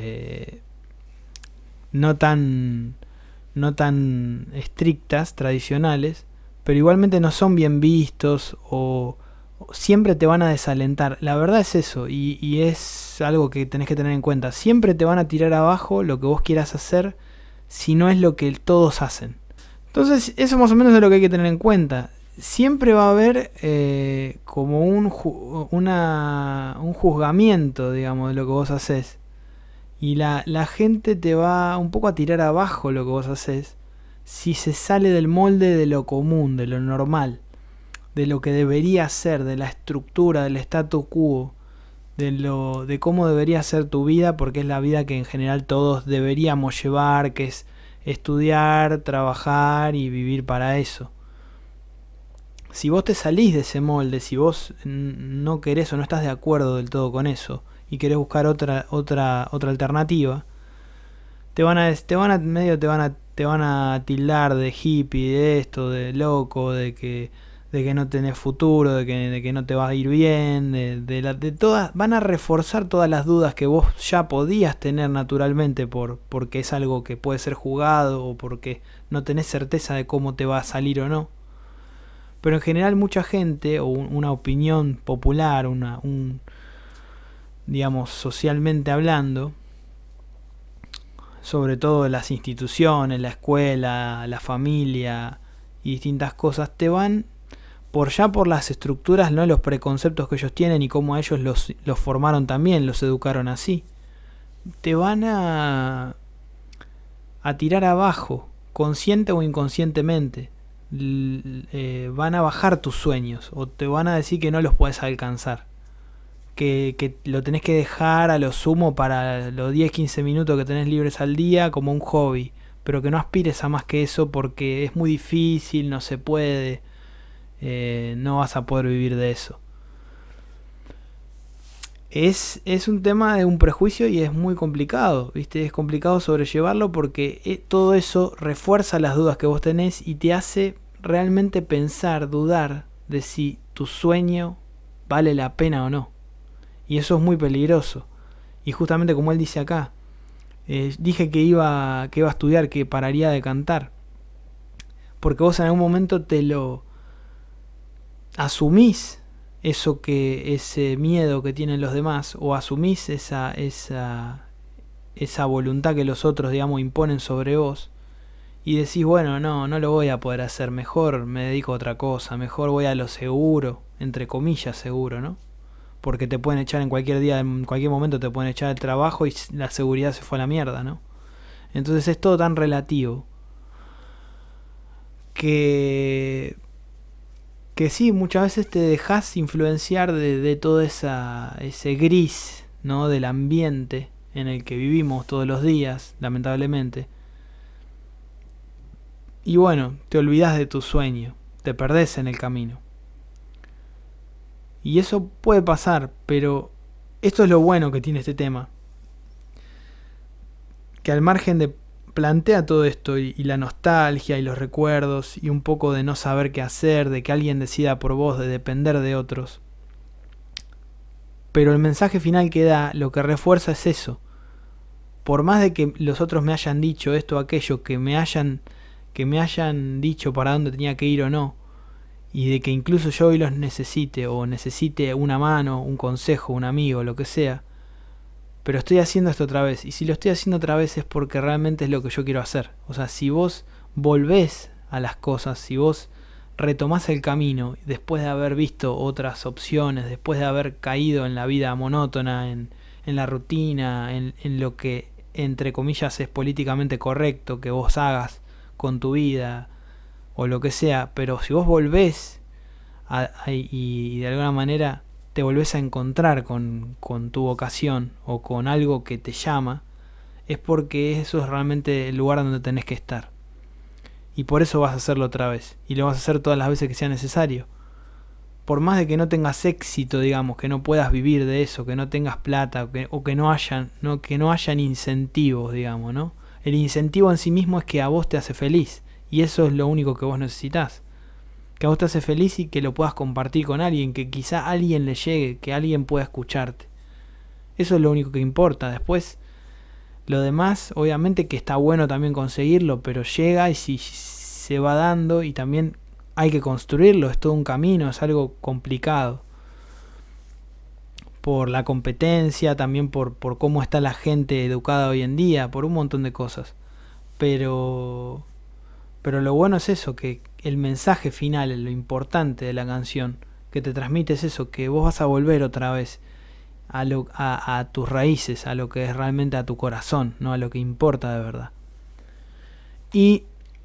no tan estrictas, tradicionales, pero igualmente no son bien vistos o siempre te van a desalentar. La verdad es eso, y es algo que tenés que tener en cuenta. Siempre te van a tirar abajo lo que vos quieras hacer si no es lo que todos hacen. Entonces eso más o menos es lo que hay que tener en cuenta. Siempre va a haber como un juzgamiento, digamos, de lo que vos haces. Y la gente te va un poco a tirar abajo lo que vos haces si se sale del molde de lo común, de lo normal, de lo que debería ser, de la estructura, del status quo, de cómo debería ser tu vida, porque es la vida que en general todos deberíamos llevar, que es estudiar, trabajar y vivir para eso. Si vos te salís de ese molde, si vos no querés o no estás de acuerdo del todo con eso y querés buscar otra alternativa, te van a tildar de hippie, de esto, de loco, de que no tenés futuro, de que no te va a ir bien, de todas, van a reforzar todas las dudas que vos ya podías tener naturalmente porque es algo que puede ser jugado o porque no tenés certeza de cómo te va a salir o no. Pero en general mucha gente, o una opinión popular, digamos, socialmente hablando, sobre todo las instituciones, la escuela, la familia y distintas cosas, te van por las estructuras, ¿no? Los preconceptos que ellos tienen y cómo ellos los formaron también, los educaron así. Te van a tirar abajo, consciente o inconscientemente. Van a bajar tus sueños o te van a decir que no los puedes alcanzar, que lo tenés que dejar a lo sumo para los 10-15 minutos que tenés libres al día como un hobby, pero que no aspires a más que eso porque es muy difícil, no se puede, no vas a poder vivir de eso. es un tema de un prejuicio y es muy complicado, ¿viste? Es complicado sobrellevarlo porque todo eso refuerza las dudas que vos tenés y te hace realmente pensar, dudar de si tu sueño vale la pena o no. Y eso es muy peligroso. Y justamente como él dice acá, dije que iba a estudiar, que pararía de cantar. Porque vos en algún momento te lo asumís, ese miedo que tienen los demás, o asumís esa voluntad que los otros, digamos, imponen sobre vos, y decís, bueno, no lo voy a poder hacer, mejor me dedico a otra cosa, mejor voy a lo seguro, entre comillas seguro, ¿no? Porque te pueden echar en cualquier día, en cualquier momento te pueden echar el trabajo y la seguridad se fue a la mierda, ¿no? Entonces es todo tan relativo que sí, muchas veces te dejas influenciar de todo ese gris, ¿no? Del ambiente en el que vivimos todos los días, lamentablemente. Y bueno, te olvidas de tu sueño, te perdés en el camino. Y eso puede pasar, pero esto es lo bueno que tiene este tema. Que al margen de plantea todo esto y la nostalgia y los recuerdos y un poco de no saber qué hacer, de que alguien decida por vos, de depender de otros. Pero el mensaje final que da, lo que refuerza es eso. Por más de que los otros me hayan dicho esto o aquello, que me hayan dicho para dónde tenía que ir o no, y de que incluso yo hoy los necesite, o necesite una mano, un consejo, un amigo, lo que sea, pero estoy haciendo esto otra vez, y si lo estoy haciendo otra vez es porque realmente es lo que yo quiero hacer. O sea, si vos volvés a las cosas, si vos retomás el camino después de haber visto otras opciones, después de haber caído en la vida monótona, en la rutina, en lo que entre comillas es políticamente correcto que vos hagas con tu vida o lo que sea, pero si vos volvés y de alguna manera te volvés a encontrar con tu vocación o con algo que te llama, es porque eso es realmente el lugar donde tenés que estar. Y por eso vas a hacerlo otra vez. Y lo vas a hacer todas las veces que sea necesario. Por más de que no tengas éxito, digamos, que no puedas vivir de eso, que no tengas plata, o que no hayan incentivos, digamos, ¿no? El incentivo en sí mismo es que a vos te hace feliz. Y eso es lo único que vos necesitas. Que a vos te hace feliz y que lo puedas compartir con alguien, que quizá a alguien le llegue, que alguien pueda escucharte. Eso es lo único que importa. Después, lo demás, obviamente que está bueno también conseguirlo, pero llega y si se va dando y también hay que construirlo, es todo un camino, es algo complicado. Por la competencia, también por cómo está la gente educada hoy en día, por un montón de cosas. Pero lo bueno es eso, que el mensaje final, lo importante de la canción que te transmite es eso, que vos vas a volver otra vez a tus raíces, a lo que es realmente a tu corazón, no a lo que importa de verdad. Y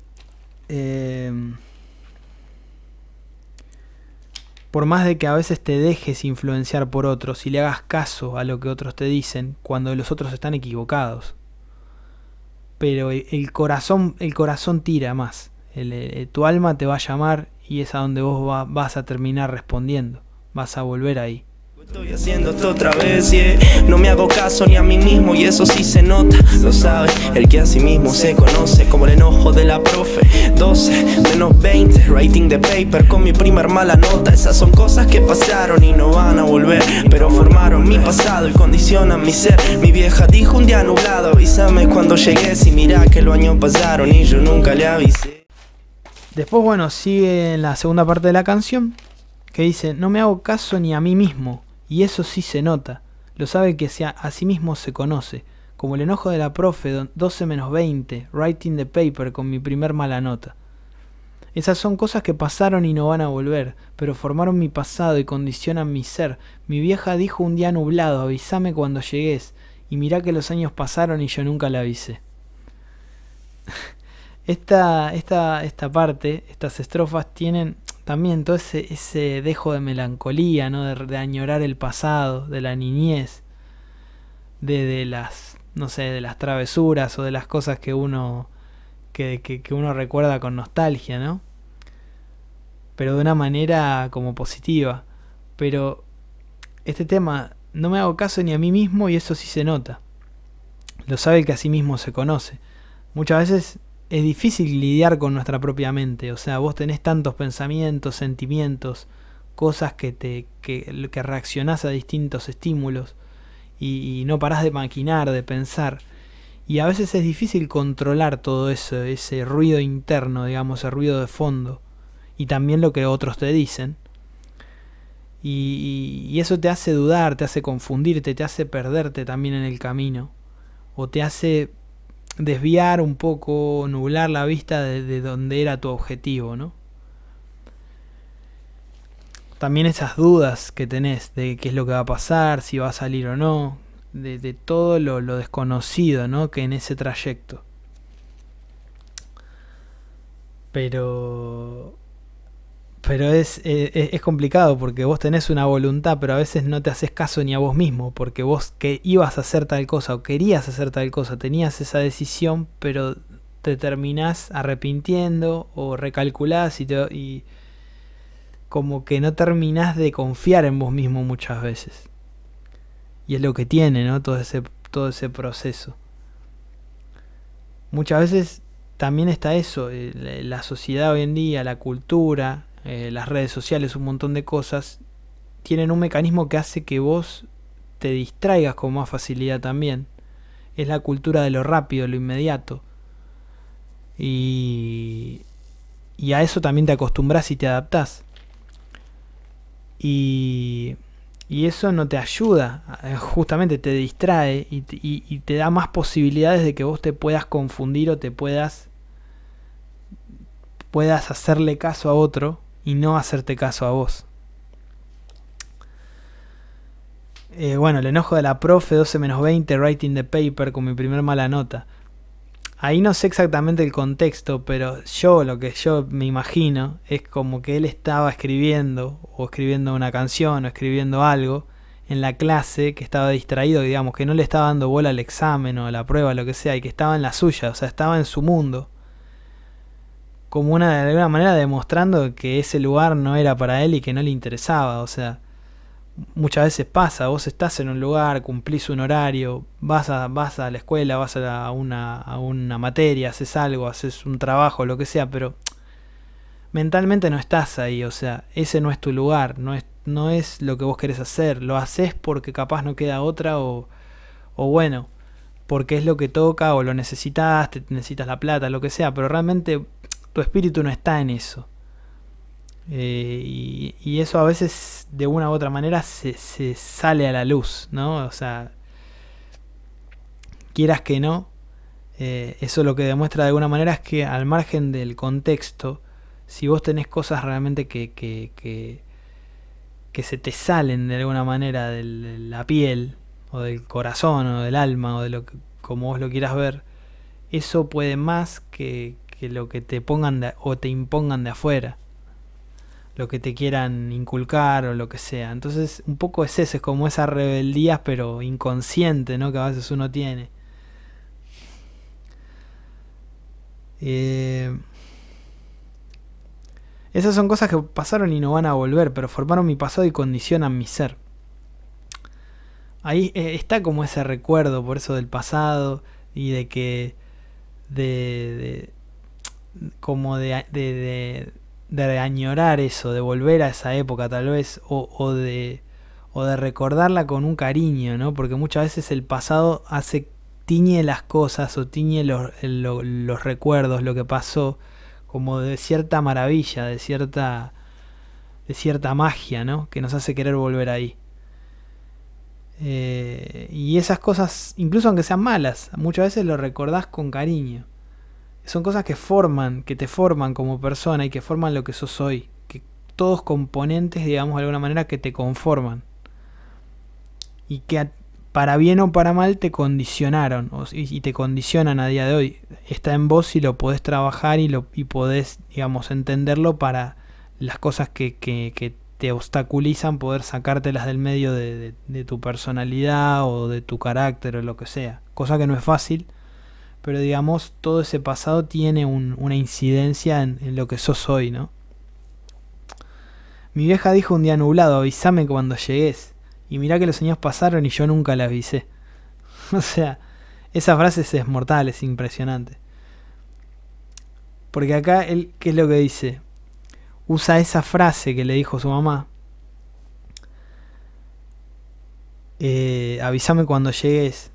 por más de que a veces te dejes influenciar por otros y le hagas caso a lo que otros te dicen cuando los otros están equivocados, pero el corazón tira más. Tu alma te va a llamar y es a donde vos vas a terminar respondiendo. Vas a volver ahí. Estoy haciendo esto otra vez, yeah. No me hago caso ni a mí mismo y eso sí se nota. Lo sabe el que a sí mismo se conoce como el enojo de la profe. 12 menos 20, writing the paper con mi primer mala nota. Esas son cosas que pasaron y no van a volver, pero formaron mi pasado y condicionan mi ser. Mi vieja dijo un día nublado, avísame cuando llegues y mira que los años pasaron y yo nunca le avisé. Después, bueno, sigue en la segunda parte de la canción que dice: no me hago caso ni a mí mismo. Y eso sí se nota, lo sabe que a sí mismo se conoce, como el enojo de la profe, 12 menos 20, writing the paper con mi primer mala nota. Esas son cosas que pasaron y no van a volver, pero formaron mi pasado y condicionan mi ser. Mi vieja dijo un día nublado, avísame cuando llegues, y mirá que los años pasaron y yo nunca la avisé. Esta parte, estas estrofas tienen también todo ese dejo de melancolía, ¿no? De añorar el pasado, de la niñez, de las, no sé, de las travesuras o de las cosas que uno recuerda con nostalgia, ¿no? Pero de una manera como positiva. Pero este tema no me hago caso ni a mí mismo y eso sí se nota. Lo sabe el que a sí mismo se conoce. Muchas veces es difícil lidiar con nuestra propia mente. O sea, vos tenés tantos pensamientos, sentimientos, cosas que reaccionás a distintos estímulos y no parás de maquinar, de pensar. Y a veces es difícil controlar todo eso, ese ruido interno, digamos, ese ruido de fondo. Y también lo que otros te dicen. Y eso te hace dudar, te hace confundirte, te hace perderte también en el camino. O te hace desviar un poco, nublar la vista de donde era tu objetivo, ¿no? También esas dudas que tenés de qué es lo que va a pasar, si va a salir o no, de todo lo desconocido, ¿no? Que en ese trayecto. Pero es complicado porque vos tenés una voluntad, pero a veces no te haces caso ni a vos mismo, porque vos que ibas a hacer tal cosa o querías hacer tal cosa, tenías esa decisión, pero te terminás arrepintiendo o recalculás y como que no terminás de confiar en vos mismo muchas veces. Y es lo que tiene, ¿no? Todo ese proceso. Muchas veces también está eso, la sociedad hoy en día, la cultura, las redes sociales, un montón de cosas, tienen un mecanismo que hace que vos te distraigas con más facilidad también. Es la cultura de lo rápido, lo inmediato. Y a eso también te acostumbras y te adaptás. Y eso no te ayuda, justamente te distrae y te da más posibilidades de que vos te puedas confundir o te puedas hacerle caso a otro y no hacerte caso a vos. Bueno, el enojo de la profe, 12-20, writing the paper, con mi primer mala nota. Ahí no sé exactamente el contexto, pero lo que yo me imagino es como que él estaba escribiendo una canción o escribiendo algo en la clase, que estaba distraído, digamos, que no le estaba dando bola al examen o a la prueba, lo que sea, y que estaba en la suya, o sea, estaba en su mundo. Como de alguna manera demostrando que ese lugar no era para él y que no le interesaba, o sea, muchas veces pasa, vos estás en un lugar, cumplís un horario, vas a la escuela, vas a una materia, haces algo, haces un trabajo, lo que sea, pero mentalmente no estás ahí, o sea, ese no es tu lugar, no es lo que vos querés hacer, lo haces porque capaz no queda otra o bueno, porque es lo que toca o lo necesitas la plata, lo que sea, pero realmente tu espíritu no está en eso. Y eso a veces de una u otra manera se sale a la luz, ¿no? O sea, quieras que no, eso lo que demuestra de alguna manera es que al margen del contexto, si vos tenés cosas realmente que se te salen de alguna manera de la piel o del corazón o del alma o de lo que, como vos lo quieras ver, eso puede más que lo que te pongan o te impongan de afuera, lo que te quieran inculcar o lo que sea. Entonces un poco es eso, es como esa rebeldía pero inconsciente, ¿no? Que a veces uno tiene. Esas son cosas que pasaron y no van a volver, pero formaron mi pasado y condicionan mi ser. Ahí está como ese recuerdo, por eso, del pasado y de que como de añorar eso, de volver a esa época tal vez, o de recordarla con un cariño, ¿no? Porque muchas veces el pasado tiñe las cosas o tiñe los recuerdos, lo que pasó, como de cierta maravilla, de cierta magia, ¿no? Que nos hace querer volver ahí. Y esas cosas, incluso aunque sean malas, muchas veces lo recordás con cariño. Son cosas que te forman como persona y que forman lo que sos hoy. Que todos componentes, digamos, de alguna manera, que te conforman. Y que para bien o para mal te condicionaron y te condicionan a día de hoy. Está en vos si lo podés trabajar y podés, digamos, entenderlo para las cosas que te obstaculizan, poder sacártelas del medio de tu personalidad o de tu carácter o lo que sea. Cosa que no es fácil. Pero digamos, todo ese pasado tiene una incidencia en lo que sos hoy, ¿no? Mi vieja dijo un día nublado, avísame cuando llegues. y mirá que los años pasaron y yo nunca la avisé. O sea, esa frase es mortal, es impresionante. Porque acá él, ¿qué es lo que dice? Usa esa frase que le dijo su mamá. Avísame cuando llegues.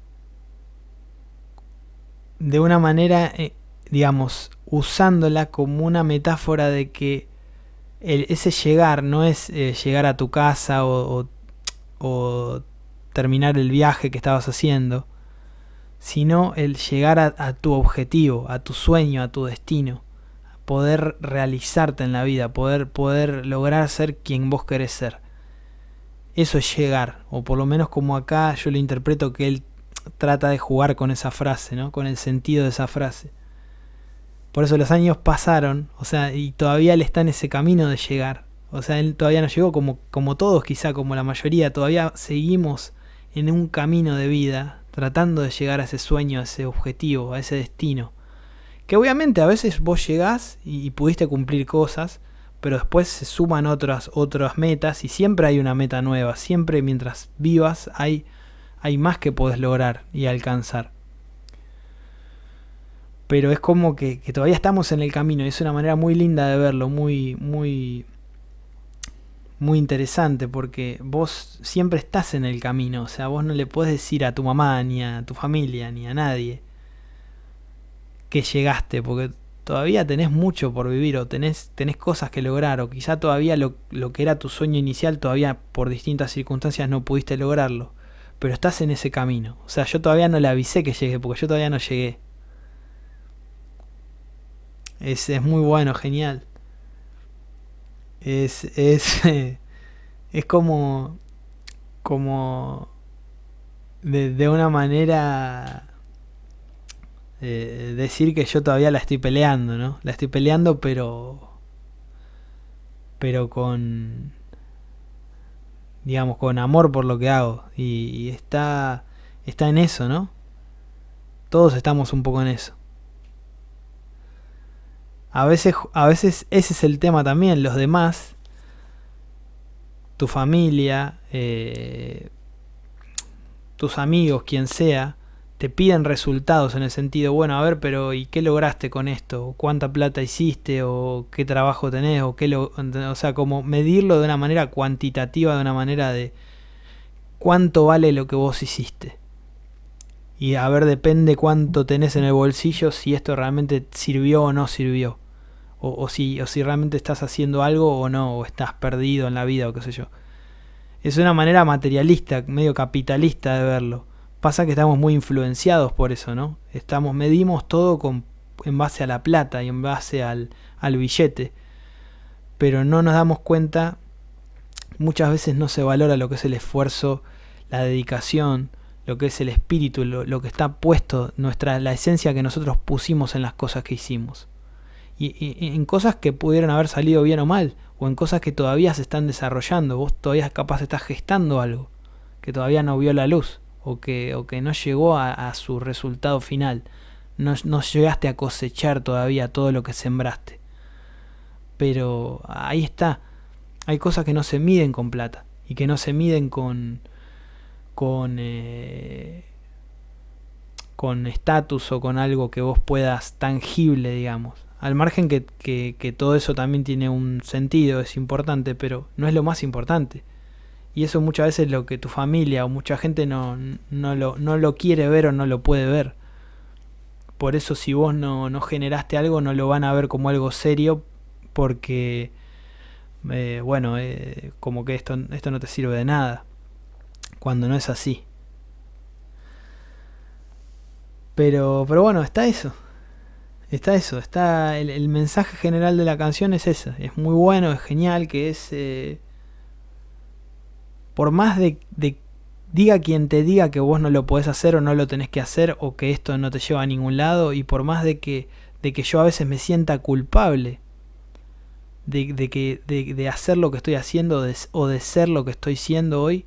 De una manera, digamos, usándola como una metáfora de que ese llegar no es llegar a tu casa o terminar el viaje que estabas haciendo, sino el llegar a tu objetivo, a tu sueño, a tu destino, poder realizarte en la vida, poder lograr ser quien vos querés ser. Eso es llegar, o por lo menos como acá yo lo interpreto, que él trata de jugar con esa frase, ¿no? Con el sentido de esa frase. Por eso los años pasaron, o sea, y todavía él está en ese camino de llegar. O sea, él todavía no llegó como todos, quizá como la mayoría, todavía seguimos en un camino de vida, tratando de llegar a ese sueño, a ese objetivo, a ese destino. Que obviamente a veces vos llegás y pudiste cumplir cosas, pero después se suman otras metas y siempre hay una meta nueva. Siempre mientras vivas hay más que podés lograr y alcanzar. Pero es como que todavía estamos en el camino y es una manera muy linda de verlo, muy interesante, porque vos siempre estás en el camino. O sea, vos no le podés decir a tu mamá, ni a tu familia, ni a nadie que llegaste, porque todavía tenés mucho por vivir, o tenés cosas que lograr, o quizá todavía lo que era tu sueño inicial, todavía por distintas circunstancias no pudiste lograrlo, pero estás en ese camino. O sea, yo todavía no le avisé que llegué, porque yo todavía no llegué. Es muy bueno, genial. Es como de una manera decir que yo todavía la estoy peleando, ¿no? La estoy peleando, pero con, digamos, con amor por lo que hago. Y está en eso, ¿no? Todos estamos un poco en eso. A veces ese es el tema también. Los demás, tu familia, tus amigos, quien sea, te piden resultados en el sentido, bueno, a ver, pero ¿y qué lograste con esto? ¿Cuánta plata hiciste? ¿O qué trabajo tenés? O sea, como medirlo de una manera cuantitativa, de una manera de cuánto vale lo que vos hiciste. Y a ver, depende cuánto tenés en el bolsillo, si esto realmente sirvió o no sirvió. O si realmente estás haciendo algo o no, o estás perdido en la vida o qué sé yo. Es una manera materialista, medio capitalista de verlo. Pasa que estamos muy influenciados por eso, ¿no? Medimos todo en base a la plata y en base al billete. Pero no nos damos cuenta, muchas veces no se valora lo que es el esfuerzo, la dedicación, lo que es el espíritu, lo que está puesto, la esencia que nosotros pusimos en las cosas que hicimos. Y en cosas que pudieron haber salido bien o mal, o en cosas que todavía se están desarrollando. Vos todavía capaz estás gestando algo que todavía no vio la luz, o que no llegó a su resultado final. No llegaste a cosechar todavía todo lo que sembraste. Pero ahí está. Hay cosas que no se miden con plata, y que no se miden con estatus o con algo que vos puedas tangible, digamos. Al margen que todo eso también tiene un sentido, es importante, pero no es lo más importante. Y eso muchas veces es lo que tu familia o mucha gente no lo quiere ver o no lo puede ver. Por eso si vos no generaste algo, no lo van a ver como algo serio, porque como que esto no te sirve de nada, cuando no es así. Pero bueno, está eso. Está el mensaje general de la canción es ese. Es muy bueno, es genial, que es por más de diga quien te diga que vos no lo podés hacer o no lo tenés que hacer, o que esto no te lleva a ningún lado, y por más de que yo a veces me sienta culpable de hacer lo que estoy haciendo, o de ser lo que estoy siendo hoy,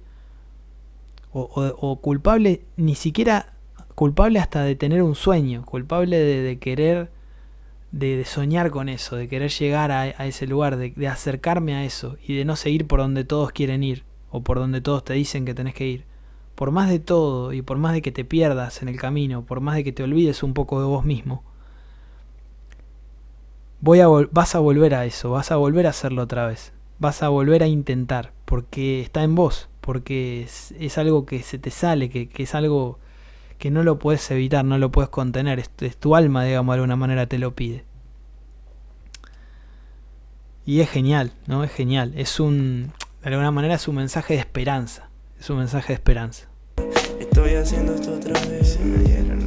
o culpable, ni siquiera culpable hasta de tener un sueño, culpable de querer, de soñar con eso, de querer llegar a ese lugar, de acercarme a eso y de no seguir por donde todos quieren ir, o por donde todos te dicen que tenés que ir. Por más de todo y por más de que te pierdas en el camino, por más de que te olvides un poco de vos mismo, vas a volver a eso, vas a volver a hacerlo otra vez, vas a volver a intentar, porque está en vos, porque es algo que se te sale, que es algo que no lo puedes evitar, no lo puedes contener, es tu alma, digamos, de alguna manera te lo pide. Y es genial, ¿no? Es genial, de alguna manera es un mensaje de esperanza, es un mensaje de esperanza. Estoy haciendo esto otra vez, me dieron